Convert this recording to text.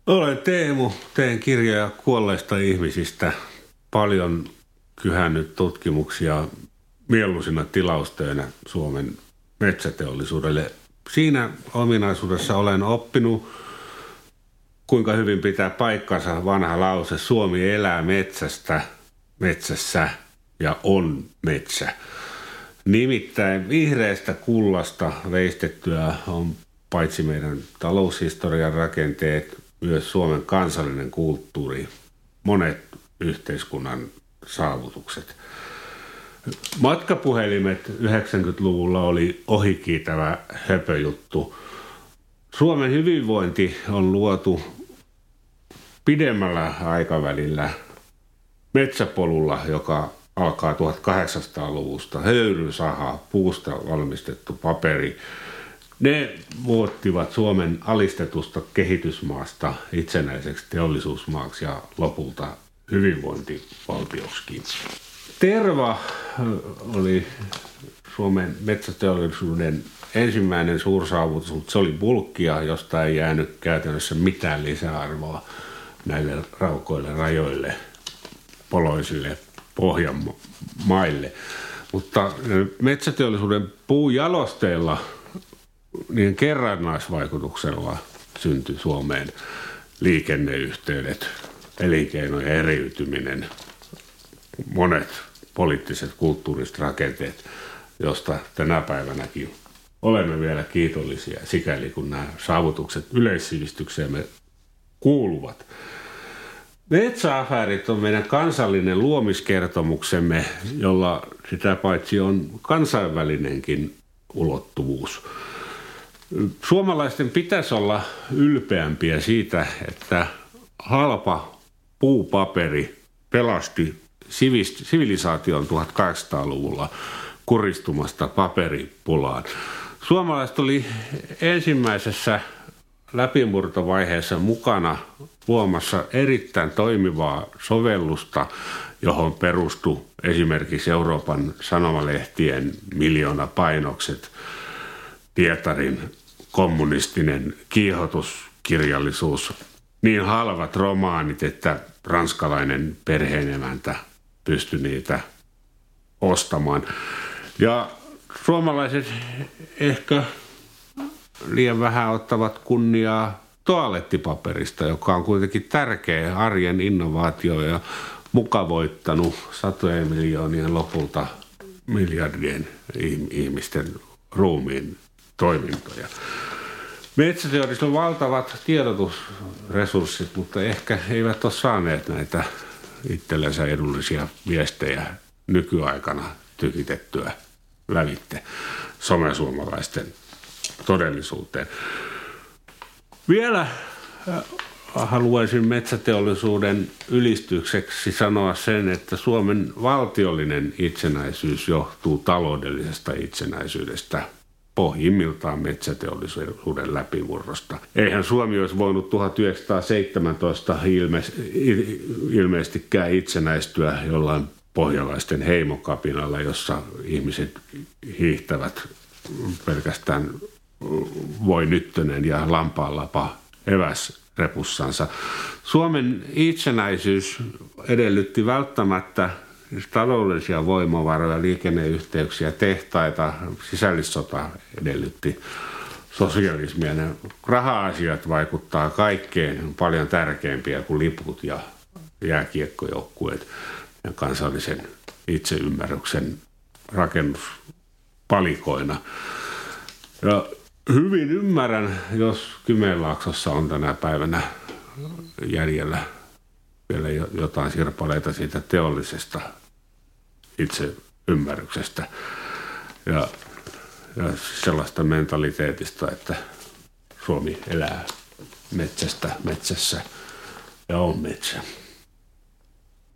Olen Teemu, teen kirjoja kuolleista ihmisistä. Paljon kyhännyt tutkimuksia mieluisina tilaustöinä Suomen metsäteollisuudelle. Siinä ominaisuudessa olen oppinut, kuinka hyvin pitää paikkansa vanha lause: Suomi elää metsässä ja on metsä. Nimittäin vihreästä kullasta veistettyä on paitsi meidän taloushistorian rakenteet, myös Suomen kansallinen kulttuuri, monet yhteiskunnan saavutukset. Matkapuhelimet 90-luvulla oli ohikiitävä höpöjuttu. Suomen hyvinvointi on luotu pidemmällä aikavälillä metsäpolulla, joka alkaa 1800-luvusta. Höyrysaha, puusta valmistettu paperi. Ne muuttivat Suomen alistetusta kehitysmaasta itsenäiseksi teollisuusmaaksi ja lopulta hyvinvointivaltioksikin. Terva oli Suomen metsäteollisuuden ensimmäinen suursaavutus, mutta se oli bulkkia, josta ei jäänyt käytännössä mitään lisäarvoa näille raukoille rajoille, poloisille pohjamaille. Mutta metsäteollisuuden puujalosteilla niin kerrannaisvaikutuksella syntyi Suomeen liikenneyhteydet, elinkeinojen eriytyminen, monet poliittiset, kulttuuriset rakenteet, josta tänä päivänäkin olemme vielä kiitollisia, sikäli kun nämä saavutukset yleissivistykseemme kuuluvat. Metsäafäärit on meidän kansallinen luomiskertomuksemme, jolla sitä paitsi on kansainvälinenkin ulottuvuus. Suomalaisten pitäisi olla ylpeämpiä siitä, että halpa puupaperi pelasti sivilisaation 1800-luvulla kuristumasta paperipulaan. Suomalaiset oli ensimmäisessä läpimurtovaiheessa mukana luomassa erittäin toimivaa sovellusta, johon perustui esimerkiksi Euroopan sanomalehtien miljoonapainokset, Pietarin kommunistinen kiihotuskirjallisuus, niin halvat romaanit, että ranskalainen perheenemäntä pystyi niitä ostamaan. Ja suomalaiset ehkä liian vähän ottavat kunniaa toalettipaperista, joka on kuitenkin tärkeä arjen innovaatio ja mukavoittanut satojen miljoonien lopulta miljardien ihmisten ruumiin toimintoja. Metsäteollisuudessa on valtavat tiedotusresurssit, mutta ehkä eivät ole saaneet näitä itsellensä edullisia viestejä nykyaikana tykitettyä lävitte somesuomalaisten todellisuuteen. Vielä haluaisin metsäteollisuuden ylistykseksi sanoa sen, että Suomen valtiollinen itsenäisyys johtuu taloudellisesta itsenäisyydestä, pohjimmiltaan metsäteollisuuden läpimurrosta. Eihän Suomi olisi voinut 1917 ilmeisestikään itsenäistyä jollain pohjalaisten heimokapinalla, jossa ihmiset hiihtävät pelkästään voinyttönen ja lampaanlapa eväsrepussansa. Suomen itsenäisyys edellytti välttämättä taloudellisia voimavaroja, liikenneyhteyksiä, tehtaita. Sisällissota edellytti sosialismia. Ne raha-asiat vaikuttaa kaikkeen, paljon tärkeämpiä kuin liput ja jääkiekkojoukkueet ja kansallisen itseymmärryksen rakennuspalikoina. Ja hyvin ymmärrän, jos Kymenlaaksossa on tänä päivänä jäljellä vielä jotain sirpaleita siitä teollisesta itseymmärryksestä ja sellaista mentaliteetista, että Suomi elää metsässä ja on metsä.